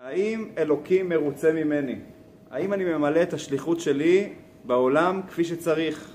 האם אלוקים מרוצה ממני? האם אני ממלא את השליחות שלי בעולם כפי שצריך?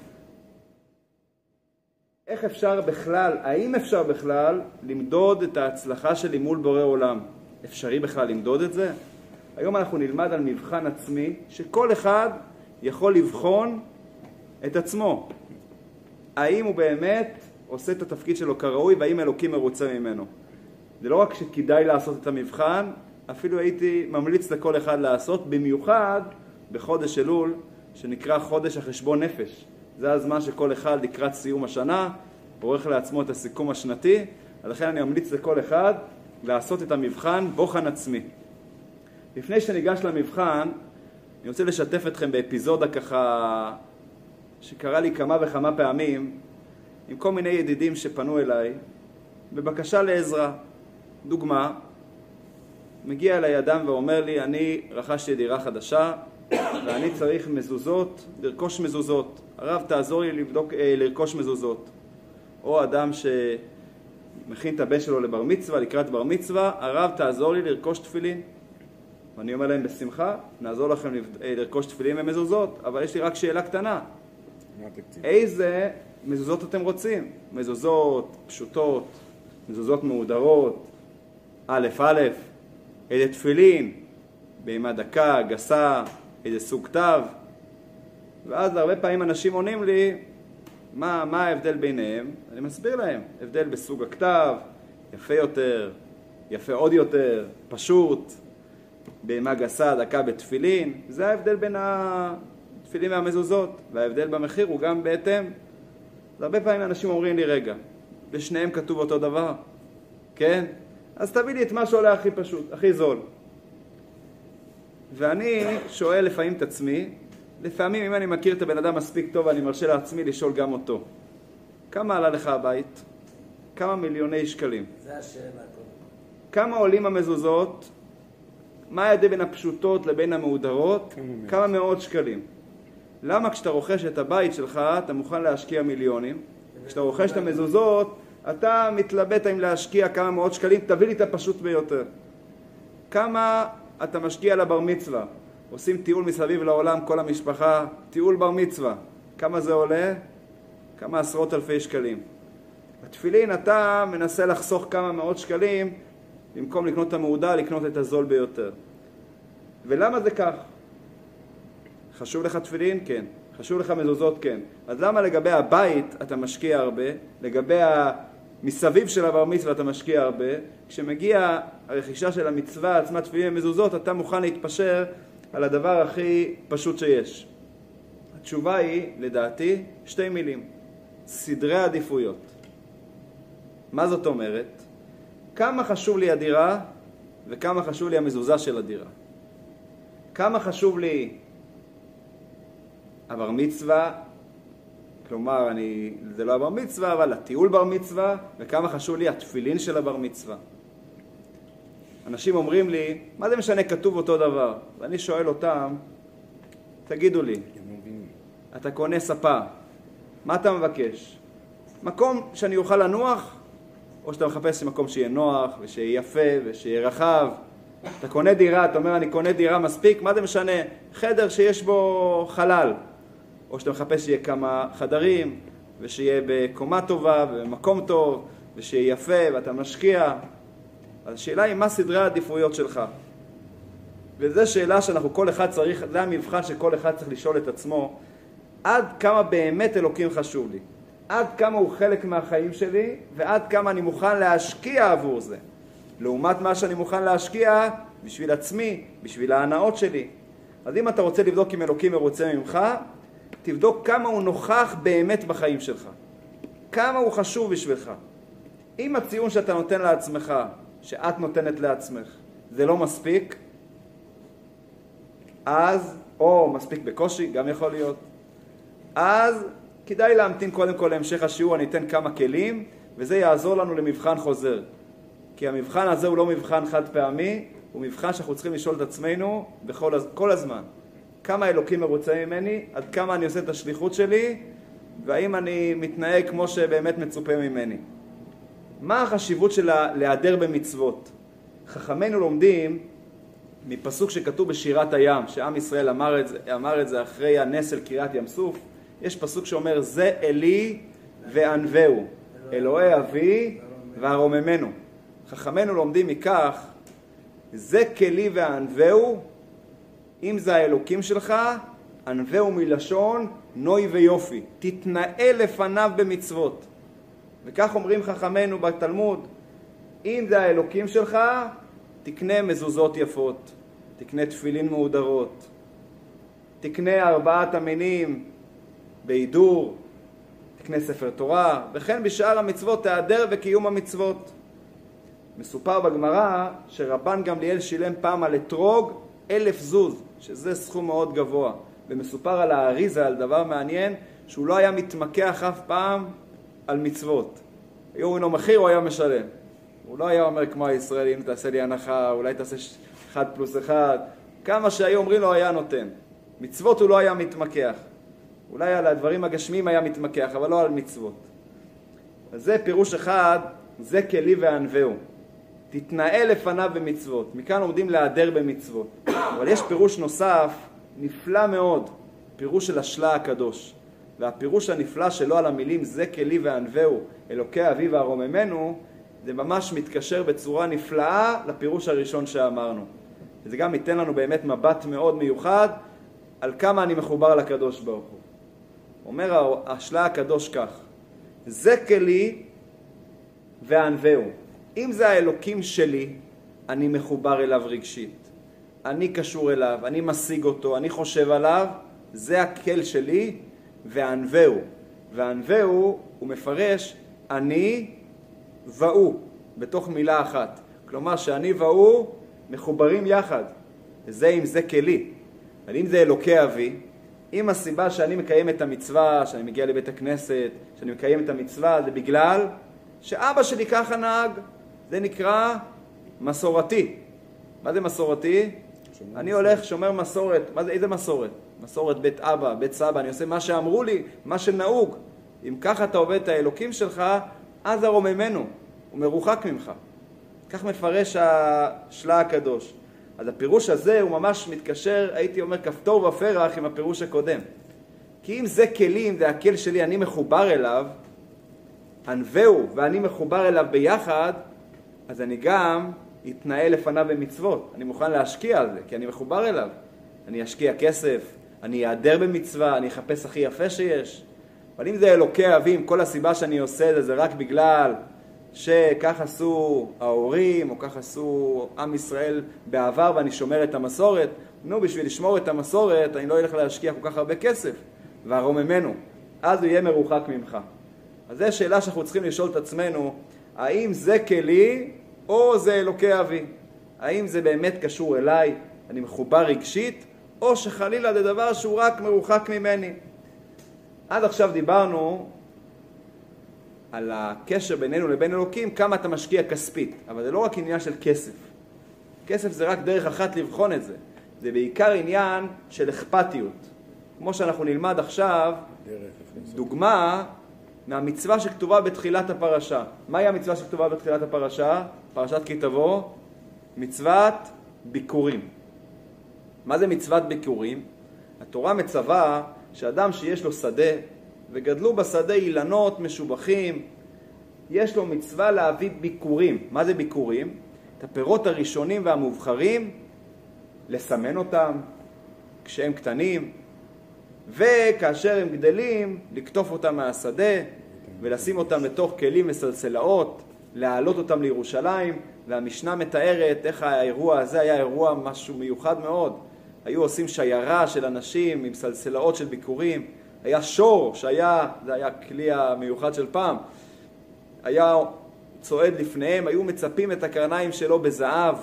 איך אפשר בכלל, האם אפשר בכלל למדוד את ההצלחה שלי מול בורא עולם? אפשרי בכלל למדוד את זה? היום אנחנו נלמד על מבחן עצמי שכל אחד יכול לבחון את עצמו. האם הוא באמת עושה את התפקיד שלו כראוי והאם אלוקים מרוצה ממנו? זה לא רק שכדאי לעשות את המבחן, אפילו הייתי ממליץ לכל אחד לעשות, במיוחד בחודש אלול שנקרא חודש החשבון נפש. זה הזמן שכל אחד לקראת סיום השנה עורך לעצמו את הסיכום השנתי, לכן אני ממליץ לכל אחד לעשות את המבחן בוחן עצמי. לפני שניגש למבחן, אני רוצה לשתף אתכם באפיזודה ככה שקרה לי כמה וכמה פעמים עם כל מיני ידידים שפנו אליי בבקשה לעזרה. דוגמה, מגיע אליי אדם ואומר לי, אני רכשתי דירה חדשה ואני צריך מזוזות, לרכוש מזוזות. הרב, תעזור לי לרכוש מזוזות. או אדם שמכין את הבן שלו לבר מצווה, לקראת בר מצווה, הרב, תעזור לי לרכוש תפילין. ואני אומר להם, בשמחה, נעזור לכם לרכוש תפילין ומזוזות, אבל יש לי רק שאלה קטנה. איזה מזוזות אתם רוצים? מזוזות פשוטות, מזוזות מהודרות, א' א', איזה תפילין, בהמה דקה, גסה, איזה סוג כתב. ואז הרבה פעמים אנשים עונים לי, מה ההבדל ביניהם? אני מסביר להם, הבדל בסוג הכתב, יפה יותר, יפה עוד יותר, פשוט, בהמה גסה, דקה בתפילין. זה ההבדל בין התפילין והמזוזות, וההבדל במחיר הוא גם בהתאם. הרבה פעמים אנשים אומרים לי, רגע, בשניהם כתוב אותו דבר, כן? אז תביא לי את מה שעולה הכי פשוט, הכי זול. ואני שואל לפעמים את עצמי, לפעמים אם אני מכיר את הבן אדם מספיק טוב, אני מרשה לעצמי לשאול גם אותו. כמה עלה לך הבית? כמה מיליוני שקלים? זה השאלה. כמה עולים המזוזות? מה ההבדל בין הפשוטות לבין המהודרות? כמה מאות שקלים. למה כשאתה רוכש את הבית שלך, אתה מוכן להשקיע מיליונים? כשאתה רוכש את המזוזות, אתה מתלבט אם להשקיע כמה מאות שקלים, תביא לי את הפשוט ביותר. כמה אתה משקיע לבר מצווה? עושים טיול מסביב לעולם, כל המשפחה, טיול בר מצווה. כמה זה עולה? כמה עשרות אלפי שקלים. התפילין אתה מנסה לחסוך כמה מאות שקלים, במקום לקנות את המהודה, לקנות את הזול ביותר. ולמה זה כך? חשוב לך תפילין? כן. חשוב לך מזוזות? כן. אז למה לגבי הבית אתה משקיע הרבה? לגבי מסביב של הבר מצווה אתה משקיע הרבה? כשמגיע הרכישה של המצווה עצמה, תפילין ומזוזות, אתה מוכן להתפשר על הדבר הכי פשוט שיש. התשובה היא, לדעתי, שתי מילים. סדרי עדיפויות. מה זאת אומרת? כמה חשוב לי הדירה וכמה חשוב לי המזוזה של הדירה. כמה חשוב לי הבר מצווה, כלומר זה לא הבר מצווה, אבל הטיול בר מצווה, וכמה חשוב לי התפילין של הבר מצווה. אנשים אומרים לי, מה זה משנה כתוב אותו דבר? ואני שואל אותם, תגידו לי, אתה קונה ספה, מה אתה מבקש? מקום שאני אוכל לנוח? או שאתה מחפש מקום שיהיה נוח ושיהיה יפה ושיהיה רחב? אתה קונה דירה, אתה אומר אני קונה דירה מספיק, מה זה משנה? חדר שיש בו חלל. או שאתה מחפש שיהיה כמה חדרים ושיהיה בקומה טובה ובמקום טוב ושיהיה יפה ואתה משקיע. אז השאלה היא מה סדרי העדיפויות שלך. וזו שאלה שאנחנו כל אחד צריך, זה המבחן שכל אחד צריך לשאול את עצמו, עד כמה באמת אלוקים חשוב לי. עד כמה הוא חלק מהחיים שלי, ועד כמה אני מוכן להשקיע עבור זה. לעומת מה שאני מוכן להשקיע בשביל עצמי, בשביל ההנאות שלי. אז אם אתה רוצה לבדוק אם אלוקים מרוצה ממך, תבדוק כמה הוא נוכח באמת בחיים שלך. כמה הוא חשוב בשבילך. אם הציון שאתה נותן לעצמך, שאת נותנת לעצמך, זה לא מספיק, אז, או מספיק בקושי, גם יכול להיות, אז כדאי להמתין קודם כל להמשך השיעור, אני אתן כמה כלים, וזה יעזור לנו למבחן חוזר. כי המבחן הזה הוא לא מבחן חד פעמי, הוא מבחן שאנחנו צריכים לשאול את עצמנו כל הזמן. כמה אלוקים מרוצה ממני, עד כמה אני עושה את השליחות שלי, והאם אני מתנהג כמו שבאמת מצופה ממני. מה החשיבות של להיעדר במצוות? חכמינו לומדים מפסוק שכתוב בשירת הים, שעם ישראל אמר את זה אחרי הנס של קריאת ים סוף. יש פסוק שאומר, זה אלי וענווהו, אלוהי אבי והרוממנו. חכמינו לומדים מכך, זה כלי וענווהו, אם זה האלוקים שלך, ענווהו מלשון נוי ויופי, תתנהל לפניו במצוות. וכך אומרים חכמינו בתלמוד, אם זה האלוקים שלך, תקנה מזוזות יפות, תקנה תפילין מהודרות, תקנה 4 המינים בהידור, תקנה ספר תורה, וכן בשאר המצוות תהדר בקיום המצוות. מסופר בגמרא שרבן גמליאל שילם פעם על אתרוג 1,000 זוז, שזה סכום מאוד גבוה. ומסופר על האריזה, על דבר מעניין, שהוא לא היה מתמקח אף פעם על מצוות. היו אומרים לו מחיר, הוא היה משלם. הוא לא היה אומר כמו הישראלים, תעשה לי הנחה, אולי תעשה 1+1. כמה שהיו אומרים לו היה נותן. מצוות הוא לא היה מתמקח. אולי על הדברים הגשמיים היה מתמקח, אבל לא על מצוות. אז זה פירוש אחד, זה כלי וענווהו. תתנהל לפניו במצוות. מכאן עומדים להיעדר במצוות. אבל יש פירוש נוסף, נפלא מאוד, פירוש של השלה הקדוש. והפירוש הנפלא שלו על המילים זה כלי וענווהו, אלוקי אבי והרוממנו, זה ממש מתקשר בצורה נפלאה לפירוש הראשון שאמרנו. וזה גם ייתן לנו באמת מבט מאוד מיוחד על כמה אני מחובר לקדוש ברוך הוא. אומר השלה הקדוש כך, זה כלי וענווהו. אם זה האלוקים שלי, אני מחובר אליו רגשית. אני קשור אליו, אני משיג אותו, אני חושב עליו, זה הקל שלי וענווהו. וענווהו הוא מפרש אני והוא, בתוך מילה אחת. כלומר שאני והוא מחוברים יחד. זה אם זה כלי. אבל אם זה אלוקי אבי, אם הסיבה שאני מקיים את המצווה, שאני מגיע לבית הכנסת, שאני מקיים את המצווה, זה בגלל שאבא שלי ככה נהג. זה נקרא מסורתי. מה זה מסורתי? אני הולך, שומר מסורת. איזה מסורת? מסורת בית אבא, בית סבא. אני עושה מה שאמרו לי, מה שנהוג. אם ככה אתה עובד את האלוקים שלך, אז הרוממנו. הוא מרוחק ממך. כך מפרש השלה הקדוש. אז הפירוש הזה הוא ממש מתקשר, הייתי אומר, כפתור ופרח עם הפירוש הקודם. כי אם זה כלי, אם זה הקל שלי, אני מחובר אליו, ענווהו ואני מחובר אליו ביחד, אז אני גם אתנהל לפניו במצוות. אני מוכן להשקיע על זה, כי אני מחובר אליו. אני אשקיע כסף, אני אעדר במצווה, אני אחפש הכי יפה שיש. אבל אם זה אלוקי אבי, כל הסיבה שאני עושה זה רק בגלל שכך עשו ההורים, או כך עשו עם ישראל בעבר, ואני שומר את המסורת, בשביל לשמור את המסורת, אני לא אלך להשקיע כל כך הרבה כסף, והרוממנו, אז הוא יהיה מרוחק ממך. אז זו שאלה שאנחנו צריכים לשאול את עצמנו, האם זה כלי, או זה אלוקי אבי? האם זה באמת קשור אליי, אני מחובר רגשית, או שחלילה זה דבר שהוא רק מרוחק ממני? עד עכשיו דיברנו על הקשר בינינו לבין אלוקים, כמה אתה משקיע כספית. אבל זה לא רק עניין של כסף. כסף זה רק דרך אחת לבחון את זה. זה בעיקר עניין של אכפתיות. כמו שאנחנו נלמד עכשיו, דוגמה מהמצווה שכתובה בתחילת הפרשה. מהי המצווה שכתובה בתחילת הפרשה? פרשת כי תבוא, מצוות ביקורים. מה זה מצוות ביקורים? התורה מצווה שאדם שיש לו שדה, וגדלו בשדה אילנות משובחים, יש לו מצווה להביא ביקורים. מה זה ביקורים? את הפירות הראשונים והמובחרים, לסמן אותם כשהם קטנים, וכאשר הם גדלים, לקטוף אותם מהשדה, ולשים אותם לתוך כלים וסלסלאות, להעלות אותם לירושלים. והמשנה מתארת איך האירוע הזה היה אירוע משהו מיוחד מאוד. היו עושים שיירה של אנשים עם סלסלאות של ביקורים. היה שור שהיה, זה היה כלי המיוחד של פעם, היה צועד לפניהם, היו מצפים את הקרניים שלו בזהב,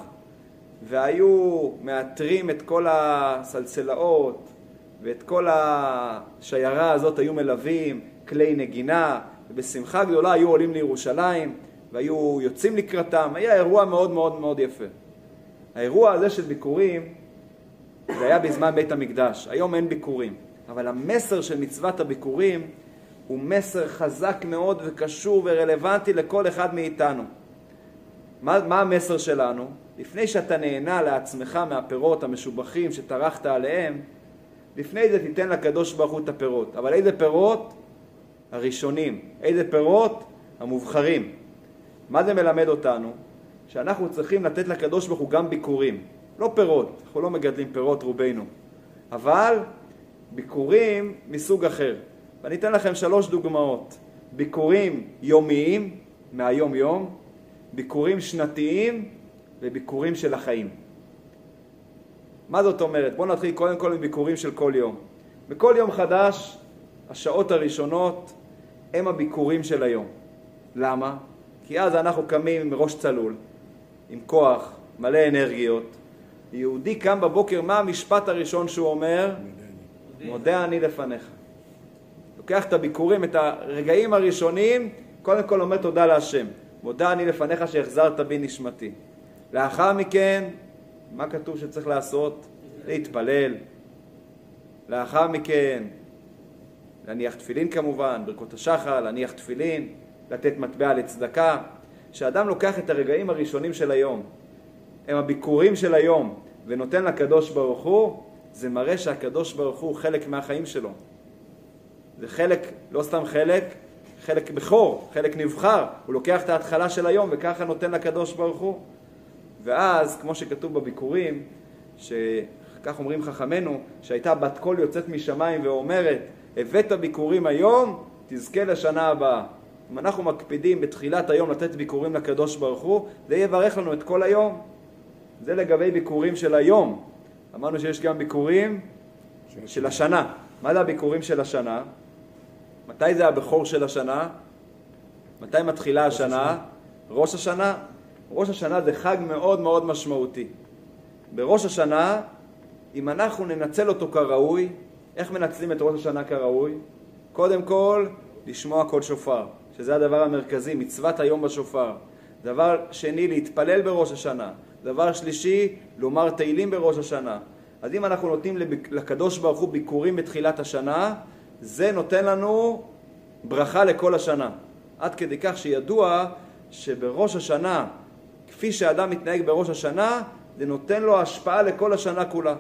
והיו מאתרים את כל הסלסלאות, ואת כל השיירה הזאת היו מלווים, כלי נגינה, ובשמחה גדולה היו עולים לירושלים, והיו יוצאים לקראתם. היה אירוע מאוד מאוד מאוד יפה. האירוע הזה של ביקורים, זה היה בזמן בית המקדש. היום אין ביקורים. אבל המסר של מצוות הביקורים הוא מסר חזק מאוד וקשור ורלוונטי לכל אחד מאיתנו. מה המסר שלנו? לפני שאתה נהנה לעצמך מהפירות המשובחים שטרחת עליהם, לפני זה תיתן לקדוש ברוך הוא את הפירות. אבל איזה פירות? הראשונים. איזה פירות? המובחרים. מה זה מלמד אותנו? שאנחנו צריכים לתת לקדוש ברוך הוא גם ביקורים. לא פירות, אנחנו לא מגדלים פירות רובנו. אבל ביקורים מסוג אחר. ואני אתן לכם 3 דוגמאות. ביקורים יומיים, מהיום יום, ביקורים שנתיים וביקורים של החיים. מה זאת אומרת? בואו נתחיל קודם כל עם ביקורים של כל יום. בכל יום חדש, השעות הראשונות הם הביקורים של היום. למה? כי אז אנחנו קמים עם ראש צלול, עם כוח, מלא אנרגיות. יהודי קם בבוקר, מה המשפט הראשון שהוא אומר? מודה אני לפניך. לוקח את הביקורים, את הרגעים הראשונים, קודם כל אומר תודה להשם. מודה אני לפניך שהחזרת בי נשמתי. לאחר מכן, מה כתוב שצריך לעשות? להתפלל. לאחר מכן, להניח תפילין כמובן, ברכות השחר, להניח תפילין, לתת מטבע לצדקה. כשאדם לוקח את הרגעים הראשונים של היום, הם הביקורים של היום, ונותן לקדוש ברוך הוא, זה מראה שהקדוש ברוך הוא חלק מהחיים שלו. זה חלק, לא סתם חלק בכור, חלק נבחר. הוא לוקח את ההתחלה של היום וככה נותן לקדוש ברוך הוא. ואז, כמו שכתוב בביקורים, שכך אומרים חכמינו, שהייתה בת קול יוצאת משמיים ואומרת, הבאת ביקורים היום, תזכה לשנה הבאה. אם אנחנו מקפידים בתחילת היום לתת ביקורים לקדוש ברוך הוא, זה יברך לנו את כל היום. זה לגבי ביקורים של היום. אמרנו שיש גם ביקורים של השנה. מה זה הביקורים של השנה? מתי זה הבכור של השנה? מתי מתחילה השנה? ראש השנה. ראש השנה זה חג מאוד מאוד משמעותי. בראש השנה, אם אנחנו ננצל אותו כראוי, איך מנצלים את ראש השנה כראוי? קודם כל, לשמוע קול שופר, שזה הדבר המרכזי, מצוות היום בשופר. דבר שני, להתפלל בראש השנה. דבר שלישי, לומר תהילים בראש השנה. אז אם אנחנו נותנים לקדוש ברוך הוא ביקורים בתחילת השנה, זה נותן לנו ברכה לכל השנה. עד כדי כך שידוע שבראש השנה, כפי שאדם מתנהג בראש השנה, זה נותן לו השפעה לכל השנה כולה.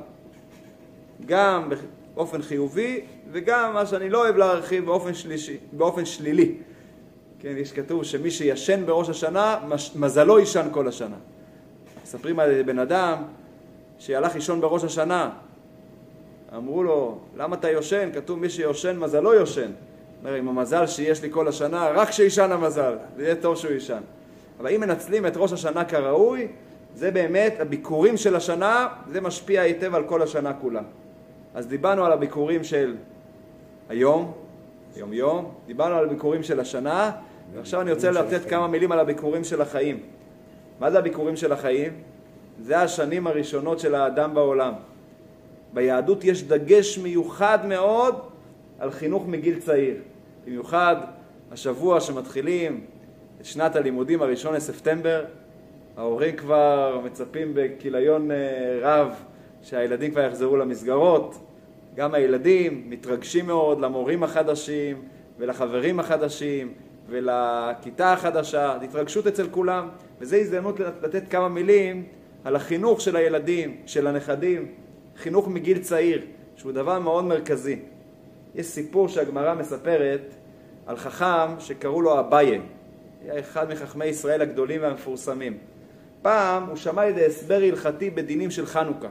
גם באופן חיובי, וגם מה שאני לא אוהב להרחיב באופן שלילי. כן, יש כתוב שמי שישן בראש השנה, מזלו ישן כל השנה. מספרים על בן אדם שהלך לישון בראש השנה. אמרו לו, למה אתה יושן? כתוב מי שיושן, מזלו יושן. אומר, עם המזל שיש לי כל השנה, רק שישן המזל. זה יהיה טוב שהוא ישן. אבל אם מנצלים את ראש השנה כראוי, זה באמת, הביקורים של השנה, זה משפיע היטב על כל השנה כולה. אז דיברנו על הביקורים של היום, יום, דיברנו על הביקורים של השנה, ועכשיו אני רוצה לתת כמה מילים על הביקורים של החיים. מה זה הביקורים של החיים? זה השנים הראשונות של האדם בעולם. ביהדות יש דגש מיוחד מאוד על חינוך מגיל צעיר. במיוחד השבוע שמתחילים את שנת הלימודים הראשון לספטמבר, ההורים כבר מצפים בכיליון רב שהילדים כבר יחזרו למסגרות. גם הילדים מתרגשים מאוד למורים החדשים ולחברים החדשים ולכיתה החדשה. התרגשות אצל כולם, וזו הזדמנות לתת כמה מילים על החינוך של הילדים, של הנכדים, חינוך מגיל צעיר, שהוא דבר מאוד מרכזי. יש סיפור שהגמרא מספרת על חכם שקראו לו אביי. היה אחד מחכמי ישראל הגדולים והמפורסמים. פעם הוא שמע איזה הסבר הלכתי בדינים של חנוכה.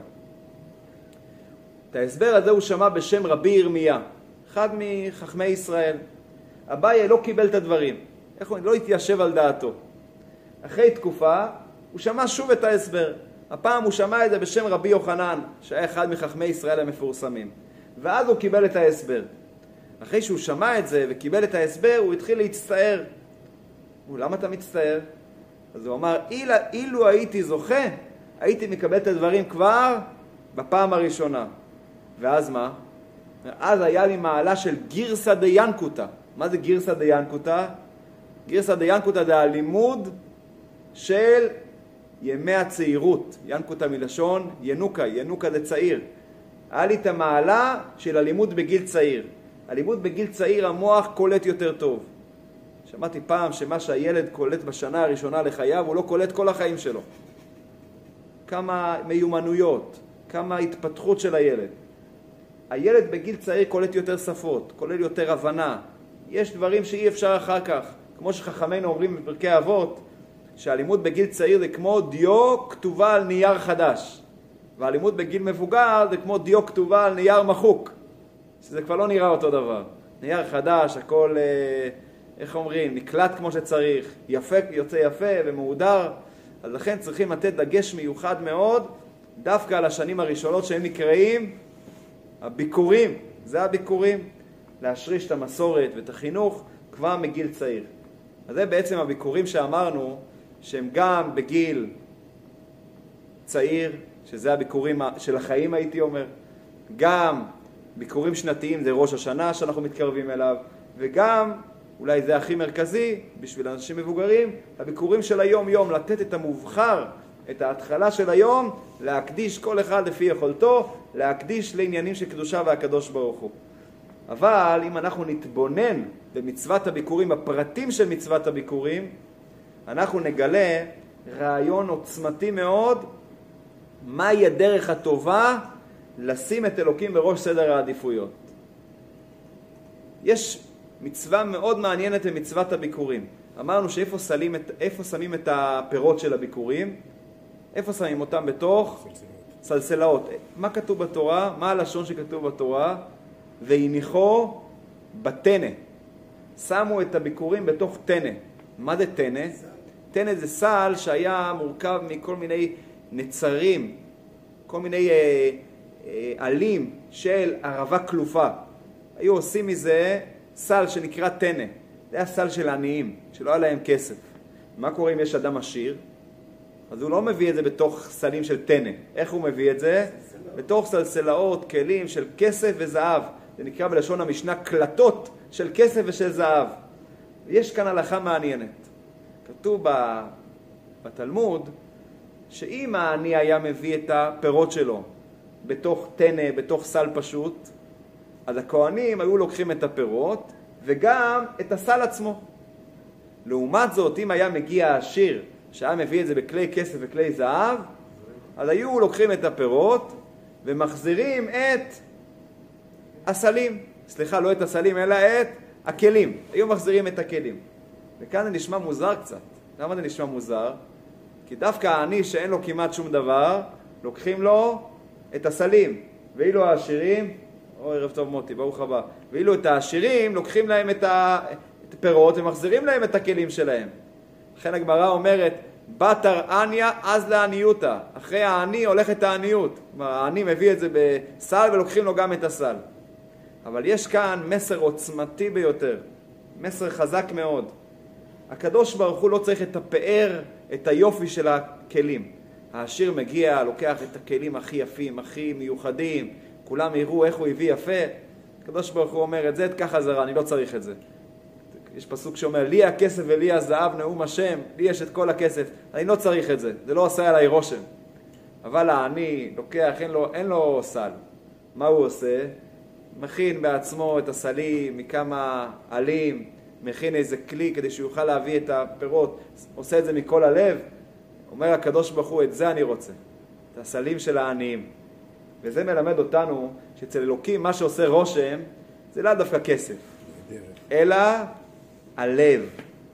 את ההסבר הזה הוא שמע בשם רבי ירמיה, אחד מחכמי ישראל. אביי לא קיבל את הדברים, לא התיישב על דעתו. אחרי תקופה הוא שמע שוב את ההסבר. הפעם הוא שמע את זה בשם רבי יוחנן, שהיה אחד מחכמי ישראל המפורסמים. ואז הוא קיבל את ההסבר. אחרי שהוא שמע את זה וקיבל את ההסבר, הוא התחיל להצטער. למה אתה מצטער? אז הוא אמר, אילו הייתי זוכה, הייתי מקבל את הדברים כבר בפעם הראשונה. ואז מה? אז היה לי מעלה של גירסא דיינקותא. מה זה גירסא דיינקותא? גירסא דיינקותא זה הלימוד של ימי הצעירות. ינקותא מלשון ינוקה, ינוקה זה צעיר. היה לי את המעלה של הלימוד בגיל צעיר. הלימוד בגיל צעיר המוח קולט יותר טוב. שמעתי פעם שמה שהילד קולט בשנה הראשונה לחייו, הוא לא קולט כל החיים שלו. כמה מיומנויות, כמה התפתחות של הילד. הילד בגיל צעיר קולט יותר שפות, כולל יותר הבנה. יש דברים שאי אפשר אחר כך. כמו שחכמינו אומרים בפרקי אבות, שהלימוד בגיל צעיר זה כמו דיו כתובה על נייר חדש. והלימוד בגיל מבוגר זה כמו דיו כתובה על נייר מחוק. שזה כבר לא נראה אותו דבר. נייר חדש, הכל, איך אומרים, נקלט כמו שצריך, יפה, יוצא יפה ומהודר. אז לכן צריכים לתת דגש מיוחד מאוד, דווקא על השנים הראשונות שהם נקראים הביקורים. זה הביקורים. להשריש את המסורת ואת החינוך כבר מגיל צעיר. אז זה בעצם הביקורים שאמרנו, שהם גם בגיל צעיר, שזה הביקורים של החיים הייתי אומר, גם ביקורים שנתיים זה ראש השנה שאנחנו מתקרבים אליו, וגם, אולי זה הכי מרכזי בשביל אנשים מבוגרים, הביקורים של היום יום, לתת את המובחר, את ההתחלה של היום, להקדיש כל אחד לפי יכולתו, להקדיש לעניינים של קדושה והקדוש ברוך הוא. אבל אם אנחנו נתבונן במצוות הביקורים, בפרטים של מצוות הביקורים, אנחנו נגלה רעיון עוצמתי מאוד, מהי הדרך הטובה לשים את אלוקים בראש סדר העדיפויות. יש מצווה מאוד מעניינת במצוות הביקורים. אמרנו שאיפה שמים את הפירות של הביקורים? איפה שמים אותם? בתוך סלסלאות. מה כתוב בתורה? מה הלשון שכתוב בתורה? והניחו בתנה. שמו את הביקורים בתוך תנה. מה זה תנה? תנה זה סל שהיה מורכב מכל מיני נצרים, כל מיני עלים של ערבה כלופה. היו עושים מזה סל שנקרא תנה. זה היה סל של עניים, שלא היה להם כסף. מה קורה אם יש אדם עשיר? אז הוא לא מביא את זה בתוך סלים של תנה. איך הוא מביא את זה? בתוך סלסלאות, כלים של כסף וזהב. זה נקרא בלשון המשנה קלטות של כסף ושל זהב. יש כאן הלכה מעניינת. כתוב בתלמוד שאם העני היה מביא את הפירות שלו בתוך תנה, בתוך סל פשוט, אז הכהנים היו לוקחים את הפירות וגם את הסל עצמו. לעומת זאת, אם היה מגיע העשיר שהיה מביא את זה בכלי כסף וכלי זהב, אז היו לוקחים את הפירות ומחזירים את הסלים. סליחה, לא את הסלים, אלא את הכלים. היו מחזירים את הכלים. וכאן זה נשמע מוזר קצת. למה זה נשמע מוזר? כי דווקא העני שאין לו כמעט שום דבר, לוקחים לו את הסלים. ואילו העשירים, ערב טוב מוטי, ברוך הבא. ואילו את העשירים לוקחים להם את הפירות ומחזירים להם את הכלים שלהם. לכן הגמרא אומרת, בתר עניה אז לעניותה. אחרי העני הולכת העניות. כלומר, העני מביא את זה בסל ולוקחים לו גם את הסל. אבל יש כאן מסר עוצמתי ביותר. מסר חזק מאוד. הקדוש ברוך הוא לא צריך את הפאר, את היופי של הכלים. העשיר מגיע, לוקח את הכלים הכי יפים, הכי מיוחדים. כולם יראו איך הוא הביא יפה. הקדוש ברוך הוא אומר, את זה ככה זרה, אני לא צריך את זה. יש פסוק שאומר, לי הכסף ולי הזהב נאום השם, לי יש את כל הכסף, אני לא צריך את זה, זה לא עושה עליי רושם. אבל העני לוקח, אין לו סל. מה הוא עושה? מכין בעצמו את הסלים מכמה עלים, מכין איזה כלי כדי שהוא יוכל להביא את הפירות, עושה את זה מכל הלב. אומר הקדוש ברוך הוא, את זה אני רוצה, את הסלים של העניים. וזה מלמד אותנו שאצל אלוקים מה שעושה רושם זה לא דווקא כסף, אלא הלב.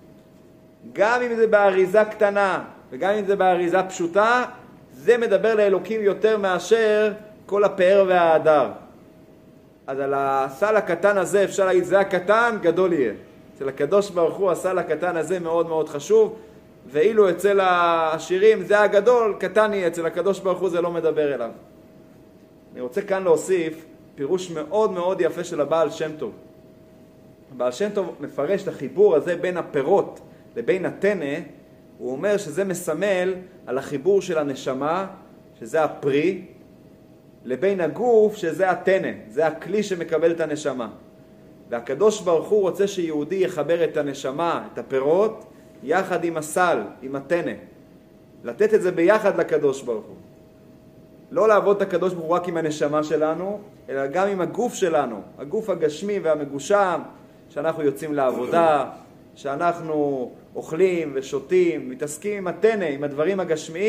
גם אם זה באריזה קטנה וגם אם זה באריזה פשוטה, זה מדבר לאלוקים יותר מאשר כל הפאר וההדר. אז על הסל הקטן הזה אפשר להגיד, זה הקטן, גדול יהיה. אצל הקדוש ברוך הוא הסל הקטן הזה מאוד מאוד חשוב, ואילו אצל העשירים זה הגדול, קטן יהיה. אצל הקדוש ברוך הוא זה לא מדבר אליו. אני רוצה כאן להוסיף פירוש מאוד מאוד יפה של הבעל שם טוב. הבעל שם טוב מפרש את החיבור הזה בין הפירות לבין התנה. הוא אומר שזה מסמל על החיבור של הנשמה, שזה הפרי, לבין הגוף, שזה התנה, זה הכלי שמקבל את הנשמה. והקדוש ברוך הוא רוצה שיהודי יחבר את הנשמה, את הפירות, יחד עם הסל, עם התנה. לתת את זה ביחד לקדוש ברוך הוא. לא לעבוד את הקדוש ברוך הוא רק עם הנשמה שלנו, אלא גם עם הגוף שלנו, הגוף הגשמי והמגושם, שאנחנו יוצאים לעבודה, שאנחנו אוכלים ושותים, מתעסקים עם התנה, עם הדברים הגשמיים,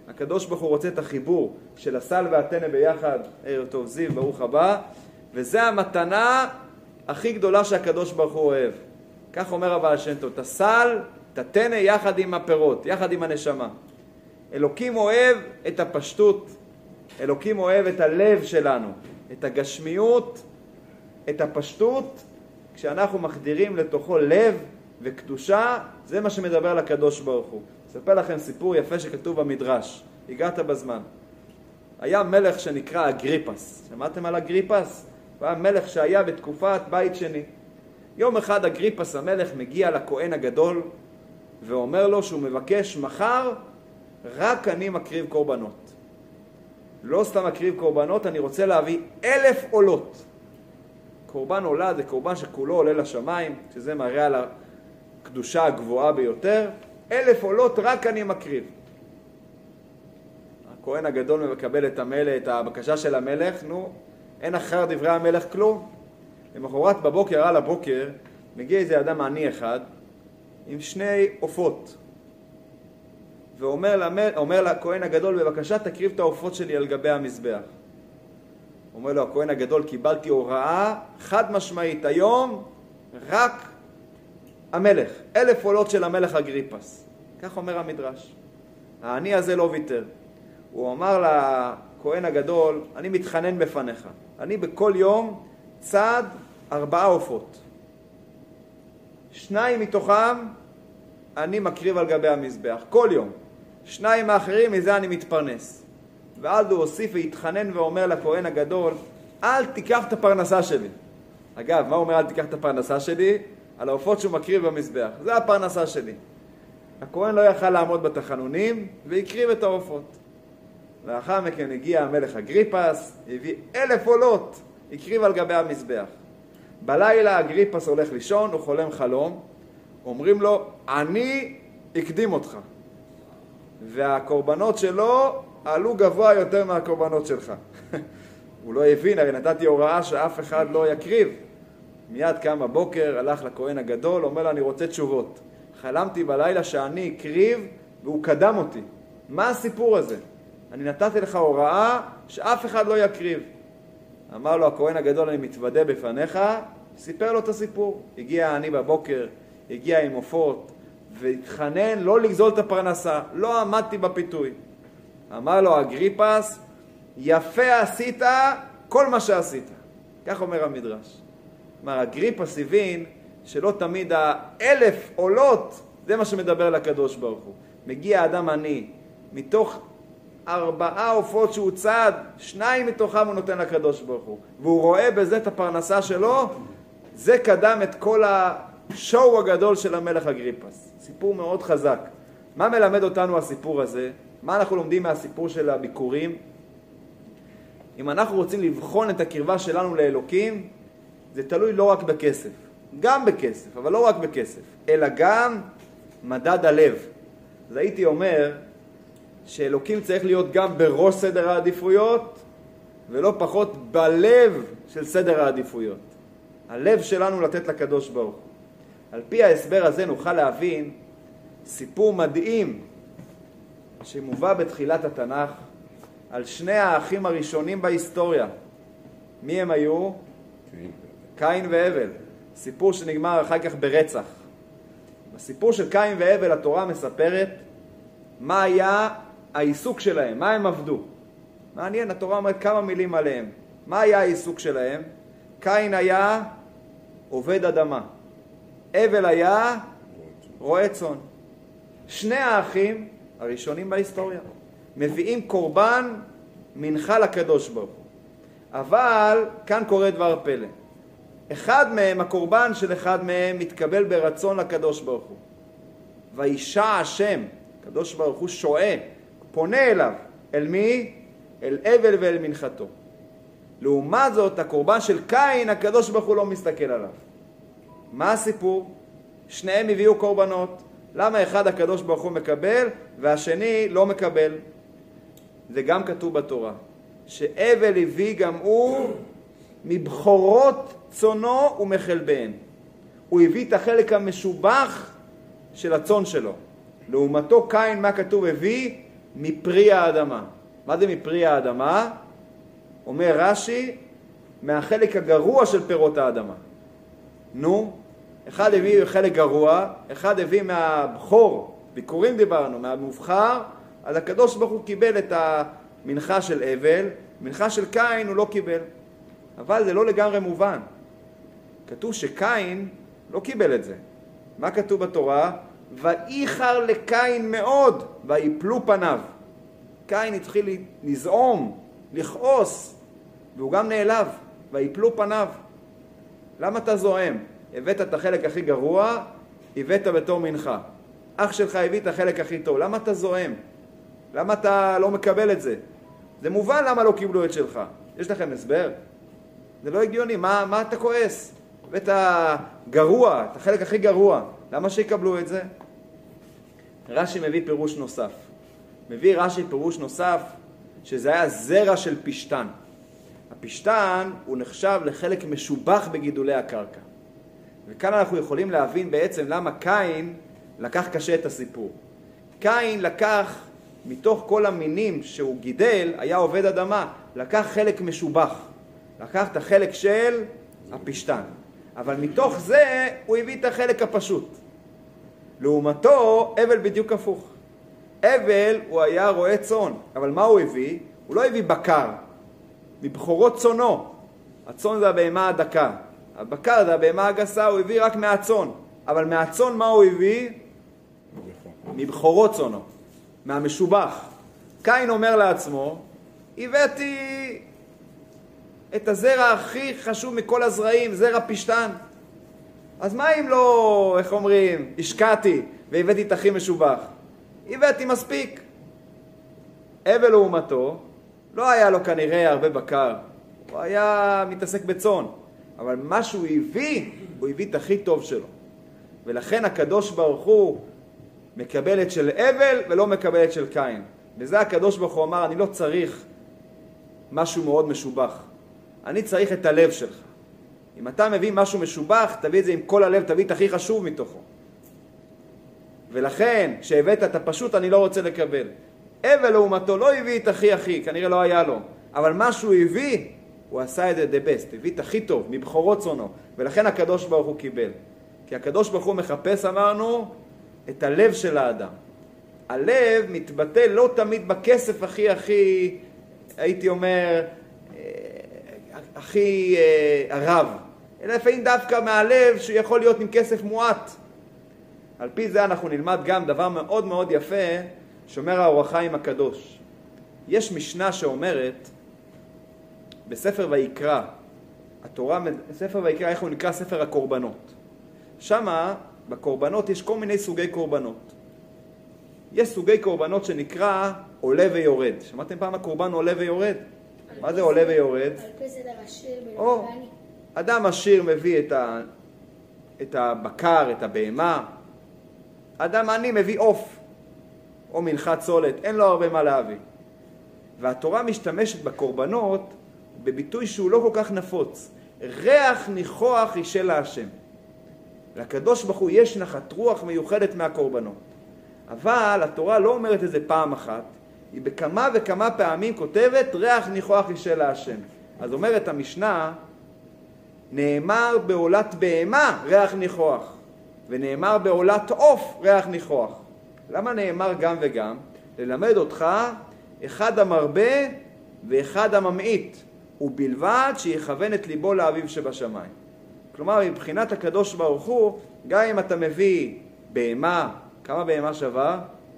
הקדוש ברוך הוא רוצה את החיבור של הסל והטנא ביחד. ערב טוב זיו, ברוך הבא. וזה המתנה הכי גדולה שהקדוש ברוך הוא אוהב. כך אומר הבעל שם טוב, את הסל, את הטנא יחד עם הפירות, יחד עם הנשמה. אלוקים אוהב את הפשטות, אלוקים אוהב את הלב שלנו, את הגשמיות, את הפשטות. כשאנחנו מחדירים לתוכו לב וקדושה, זה מה שמדבר לקדוש ברוך הוא. אספר לכם סיפור יפה שכתוב במדרש. הגעת בזמן. היה מלך שנקרא אגריפס. שמעתם על אגריפס? הוא היה מלך שהיה בתקופת בית שני. יום אחד אגריפס המלך מגיע לכהן הגדול ואומר לו שהוא מבקש מחר רק אני מקריב קורבנות. לא סתם מקריב קורבנות, אני רוצה להביא 1,000 עולות. קורבן עולה זה קורבן שכולו עולה לשמיים, שזה מראה על הקדושה הגבוהה ביותר. 1,000 עולות רק אני מקריב. הכהן הגדול מקבל את הבקשה של המלך, אין אחר דברי המלך כלום. למחרת בבוקר, על הבוקר, מגיע איזה אדם עני אחד עם 2 עופות. ואומר לכהן הגדול, בבקשה תקריב את העופות שלי על גבי המזבח. אומר לו הכהן הגדול, קיבלתי הוראה חד משמעית, היום רק המלך, 1,000 עולות של המלך אגריפס. כך אומר המדרש. העני הזה לא ויתר. הוא אמר לכהן הגדול, אני מתחנן בפניך. אני בכל יום צד 4 עופות. 2 מתוכם אני מקריב על גבי המזבח. כל יום. 2 האחרים, מזה אני מתפרנס. ואז הוא הוסיף והתחנן ואומר לכהן הגדול, אל תיקח את הפרנסה שלי. אגב, מה הוא אומר אל תיקח את הפרנסה שלי? על העופות שהוא מקריב במזבח. זה הפרנסה שלי. הכהן לא יכל לעמוד בתחנונים והקריב את העופות. לאחר מכן הגיע המלך אגריפס, הביא 1,000 עולות, הקריב על גבי המזבח. בלילה אגריפס הולך לישון, הוא חולם חלום, אומרים לו, אני אקדים אותך. והקורבנות שלו עלו גבוה יותר מהקורבנות שלך. הוא לא הבין, הרי נתתי הוראה שאף אחד לא יקריב. מיד קם בבוקר, הלך לכהן הגדול, אומר לו, אני רוצה תשובות. חלמתי בלילה שאני אקריב והוא קדם אותי. מה הסיפור הזה? אני נתתי לך הוראה שאף אחד לא יקריב. אמר לו הכהן הגדול, אני מתוודה בפניך, סיפר לו את הסיפור. הגיע אני בבוקר, הגיע עם עופות, והתחנן לא לגזול את הפרנסה, לא עמדתי בפיתוי. אמר לו אגריפס, יפה עשית כל מה שעשית. כך אומר המדרש. אמר, אגריפס הבין שלא תמיד 1,000 עולות, זה מה שמדבר לקדוש ברוך הוא. מגיע אדם עני, מתוך 4 עופות שהוא צד, 2 מתוכם הוא נותן לקדוש ברוך הוא. והוא רואה בזה את הפרנסה שלו, זה קדם את כל השואו הגדול של המלך אגריפס. סיפור מאוד חזק. מה מלמד אותנו הסיפור הזה? מה אנחנו לומדים מהסיפור של הביקורים? אם אנחנו רוצים לבחון את הקרבה שלנו לאלוקים, זה תלוי לא רק בכסף. גם בכסף, אבל לא רק בכסף. אלא גם מדד הלב. אז הייתי אומר שאלוקים צריך להיות גם בראש סדר העדיפויות, ולא פחות בלב של סדר העדיפויות. הלב שלנו לתת לקדוש ברוך הוא. על פי ההסבר הזה נוכל להבין סיפור מדהים שמובא בתחילת התנ"ך על 2 האחים הראשונים בהיסטוריה. מי הם היו? קין והבל. סיפור שנגמר אחר כך ברצח. בסיפור של קין והבל התורה מספרת מה היה העיסוק שלהם, מה הם עבדו. מעניין, התורה אומרת כמה מילים עליהם. מה היה העיסוק שלהם? קין היה עובד אדמה. הבל היה רועה צאן. 2 האחים הראשונים בהיסטוריה מביאים קורבן מנחה לקדוש ברוך הוא. אבל כאן קורה דבר פלא. אחד מהם, הקורבן של אחד מהם, מתקבל ברצון לקדוש ברוך הוא. וישע השם, הקדוש ברוך הוא שועה, פונה אליו. אל מי? אל הבל ואל מנחתו. לעומת זאת, הקורבן של קין, הקדוש ברוך הוא לא מסתכל עליו. מה הסיפור? 2 הביאו קורבנות. למה אחד הקדוש ברוך הוא מקבל והשני לא מקבל? זה גם כתוב בתורה. שהבל הביא גם הוא מבחורות צונו ומחלביהן. הוא הביא את החלק המשובח של הצון שלו. לעומתו קין, מה כתוב? הביא מפרי האדמה. מה זה מפרי האדמה? אומר רש"י, מהחלק הגרוע של פירות האדמה. נו, אחד הביא חלק גרוע, אחד הביא מהבחור, ביקורים דיברנו, מהמובחר, אז הקדוש ברוך הוא קיבל את המנחה של אבל, מנחה של קין הוא לא קיבל. אבל זה לא לגמרי מובן. כתוב שקין לא קיבל את זה. מה כתוב בתורה? ואיחר לקין מאוד, ויפלו פניו. קין התחיל לזעום, לכעוס, והוא גם נעלב, ויפלו פניו. למה אתה זועם? הבאת את החלק הכי גרוע, הבאת בתור מנחה. אח שלך הביא את החלק הכי טוב. למה אתה זועם? למה אתה לא מקבל את זה? זה מובן למה לא קיבלו את שלך. יש לכם הסבר? זה לא הגיוני. מה אתה כועס? הבאת גרוע, את החלק הכי גרוע. למה שיקבלו את זה? רש"י מביא פירוש נוסף. מביא רש"י פירוש נוסף, שזה היה זרע של פשטן. הפשטן הוא נחשב לחלק משובח בגידולי הקרקע. וכאן אנחנו יכולים להבין בעצם למה קין לקח קשה את הסיפור. קין לקח, מתוך כל המינים שהוא גידל, היה עובד אדמה, לקח חלק משובח. לקח את החלק של הפשטן. אבל מתוך זה הוא הביא את החלק הפשוט. לעומתו, אבל בדיוק הפוך. אבל הוא היה רועה צאן, אבל מה הוא הביא? הוא לא הביא בקר, מבחורות צאנו. הצאן זה הבהמה הדקה. הבקר זה הבהמה הגסה, הוא הביא רק מהצאן. אבל מהצאן מה הוא הביא? מבחורות צאנו, מהמשובח. קין אומר לעצמו, הבאתי את הזרע הכי חשוב מכל הזרעים, זרע פשטן. אז מה אם לא, איך אומרים, השקעתי והבאתי את הכי משובח? הבאתי מספיק. אבל לעומתו, לא היה לו כנראה הרבה בקר. הוא היה מתעסק בצאן. אבל מה שהוא הביא, הוא הביא את הכי טוב שלו. ולכן הקדוש ברוך הוא מקבל את של אבל ולא מקבל את של קין. וזה הקדוש ברוך הוא אמר, אני לא צריך משהו מאוד משובח. אני צריך את הלב שלך. אם אתה מביא משהו משובח, תביא את זה עם כל הלב, תביא את הכי חשוב מתוכו. ולכן, כשהבאת את הפשוט, אני לא רוצה לקבל. אבל לעומתו לא הביא את הכי, כנראה לא היה לו. אבל מה שהוא הביא, הוא עשה את זה the best, הביא את הכי טוב, מבחורות צאנו. ולכן הקדוש ברוך הוא קיבל. כי הקדוש ברוך הוא מחפש, אמרנו, את הלב של האדם. הלב מתבטא לא תמיד בכסף הכי, הייתי אומר, הכי הרב. אלא לפעמים דווקא מהלב שיכול להיות עם כסף מועט. על פי זה אנחנו נלמד גם דבר מאוד מאוד יפה שאומר האור החיים הקדוש. יש משנה שאומרת בספר ויקרא, התורה, ספר ויקרא, איך הוא נקרא? ספר הקורבנות. שמה בקורבנות יש כל מיני סוגי קורבנות. יש סוגי קורבנות שנקרא עולה ויורד. שמעתם פעם הקורבן עולה ויורד? מה זה עולה ויורד? על פי סדר עשיר בלבני. אדם עשיר מביא את הבקר, את הבהמה. אדם עני מביא עוף או מנחת צולת, אין לו הרבה מה להביא. והתורה משתמשת בקורבנות בביטוי שהוא לא כל כך נפוץ. ריח ניחוח אישה להשם. לקדוש ברוך הוא יש נחת רוח מיוחדת מהקורבנות. אבל התורה לא אומרת את זה פעם אחת, היא בכמה וכמה פעמים כותבת ריח ניחוח אישה להשם. אז אומרת המשנה, נאמר בעולת בהמה ריח ניחוח, ונאמר בעולת עוף ריח ניחוח. למה נאמר גם וגם? ללמד אותך אחד המרבה ואחד הממעיט, ובלבד שיכוון את ליבו לאביו שבשמיים. כלומר, מבחינת הקדוש ברוך הוא, גם אם אתה מביא בהמה, כמה בהמה שווה?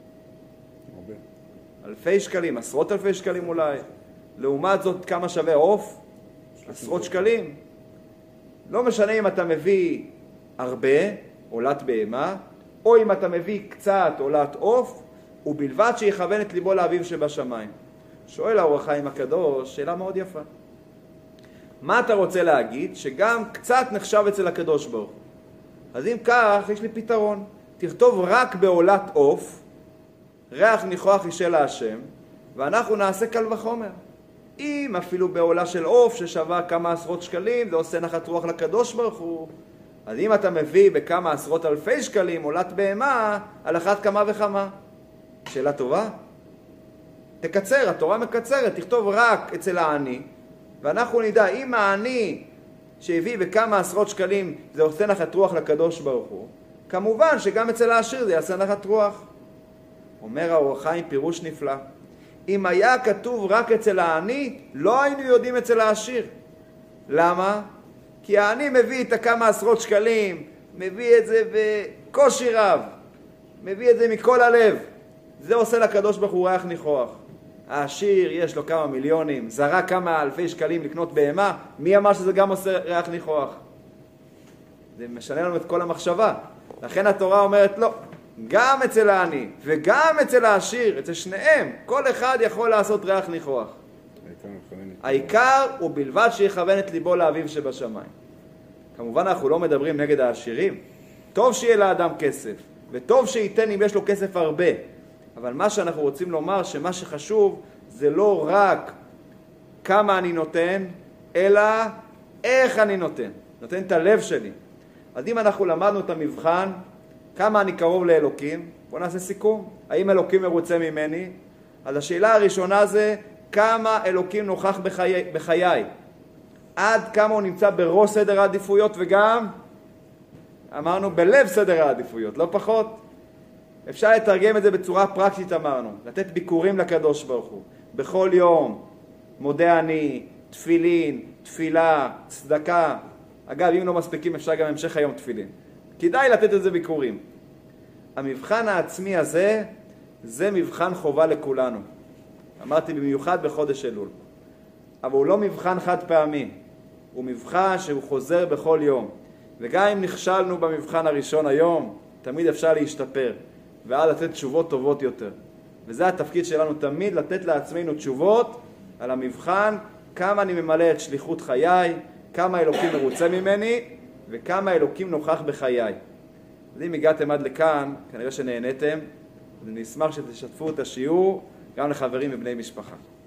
אלפי שקלים, עשרות אלפי שקלים אולי. לעומת זאת, כמה שווה עוף? עשרות שקלים. לא משנה אם אתה מביא הרבה, עולת בהמה, או אם אתה מביא קצת עולת עוף, ובלבד שיכוון את ליבו לאביו שבשמיים. שואל האור החיים הקדוש, שאלה מאוד יפה. מה אתה רוצה להגיד? שגם קצת נחשב אצל הקדוש ברוך הוא. אז אם כך, יש לי פתרון. תכתוב רק בעולת עוף, ריח ניחוח אישה להשם, ואנחנו נעשה קל וחומר. אם אפילו בעולה של עוף ששווה כמה עשרות שקלים, זה עושה נחת רוח לקדוש ברוך הוא. אז אם אתה מביא בכמה עשרות אלפי שקלים עולת בהמה, על אחת כמה וכמה. שאלה טובה? תקצר, התורה מקצרת, תכתוב רק אצל העני, ואנחנו נדע, אם העני שהביא בכמה עשרות שקלים זה עושה נחת רוח לקדוש ברוך הוא, כמובן שגם אצל העשיר זה יעשה נחת רוח. אומר האור החיים פירוש נפלא. אם היה כתוב רק אצל העני, לא היינו יודעים אצל העשיר. למה? כי העני מביא את הכמה עשרות שקלים, מביא את זה בקושי רב, מביא את זה מכל הלב. זה עושה לקדוש ברוך הוא ריח ניחוח. העשיר יש לו כמה מיליונים, זרק כמה אלפי שקלים לקנות בהמה, מי אמר שזה גם עושה ריח ניחוח? זה משנה לנו את כל המחשבה. לכן התורה אומרת לא, גם אצל העני וגם אצל העשיר, אצל שניהם, כל אחד יכול לעשות ריח ניחוח. העיקר הוא בלבד שיכוון את ליבו לאביו שבשמיים. כמובן אנחנו לא מדברים נגד העשירים. טוב שיהיה לאדם כסף, וטוב שייתן אם יש לו כסף הרבה. אבל מה שאנחנו רוצים לומר, שמה שחשוב זה לא רק כמה אני נותן, אלא איך אני נותן. נותן את הלב שלי. אז אם אנחנו למדנו את המבחן, כמה אני קרוב לאלוקים, בואו נעשה סיכום. האם אלוקים מרוצה ממני? אז השאלה הראשונה זה, כמה אלוקים נוכח בחיי? עד כמה הוא נמצא בראש סדר העדיפויות, וגם, אמרנו, בלב סדר העדיפויות, לא פחות. אפשר לתרגם את זה בצורה פרקטית, אמרנו, לתת ביקורים לקדוש ברוך הוא. בכל יום, מודה אני, תפילין, תפילה, צדקה. אגב, אם לא מספיקים, אפשר גם המשך היום תפילין. כדאי לתת את זה ביקורים. המבחן העצמי הזה, זה מבחן חובה לכולנו. אמרתי במיוחד בחודש אלול. אבל הוא לא מבחן חד פעמי. הוא מבחן שהוא חוזר בכל יום. וגם אם נכשלנו במבחן הראשון היום, תמיד אפשר להשתפר. ואז לתת תשובות טובות יותר. וזה התפקיד שלנו תמיד, לתת לעצמנו תשובות על המבחן, כמה אני ממלא את שליחות חיי, כמה אלוקים מרוצה ממני, וכמה אלוקים נוכח בחיי. אז אם הגעתם עד לכאן, כנראה שנהנתם, אז אני אשמח שתשתפו את השיעור גם לחברים ובני משפחה.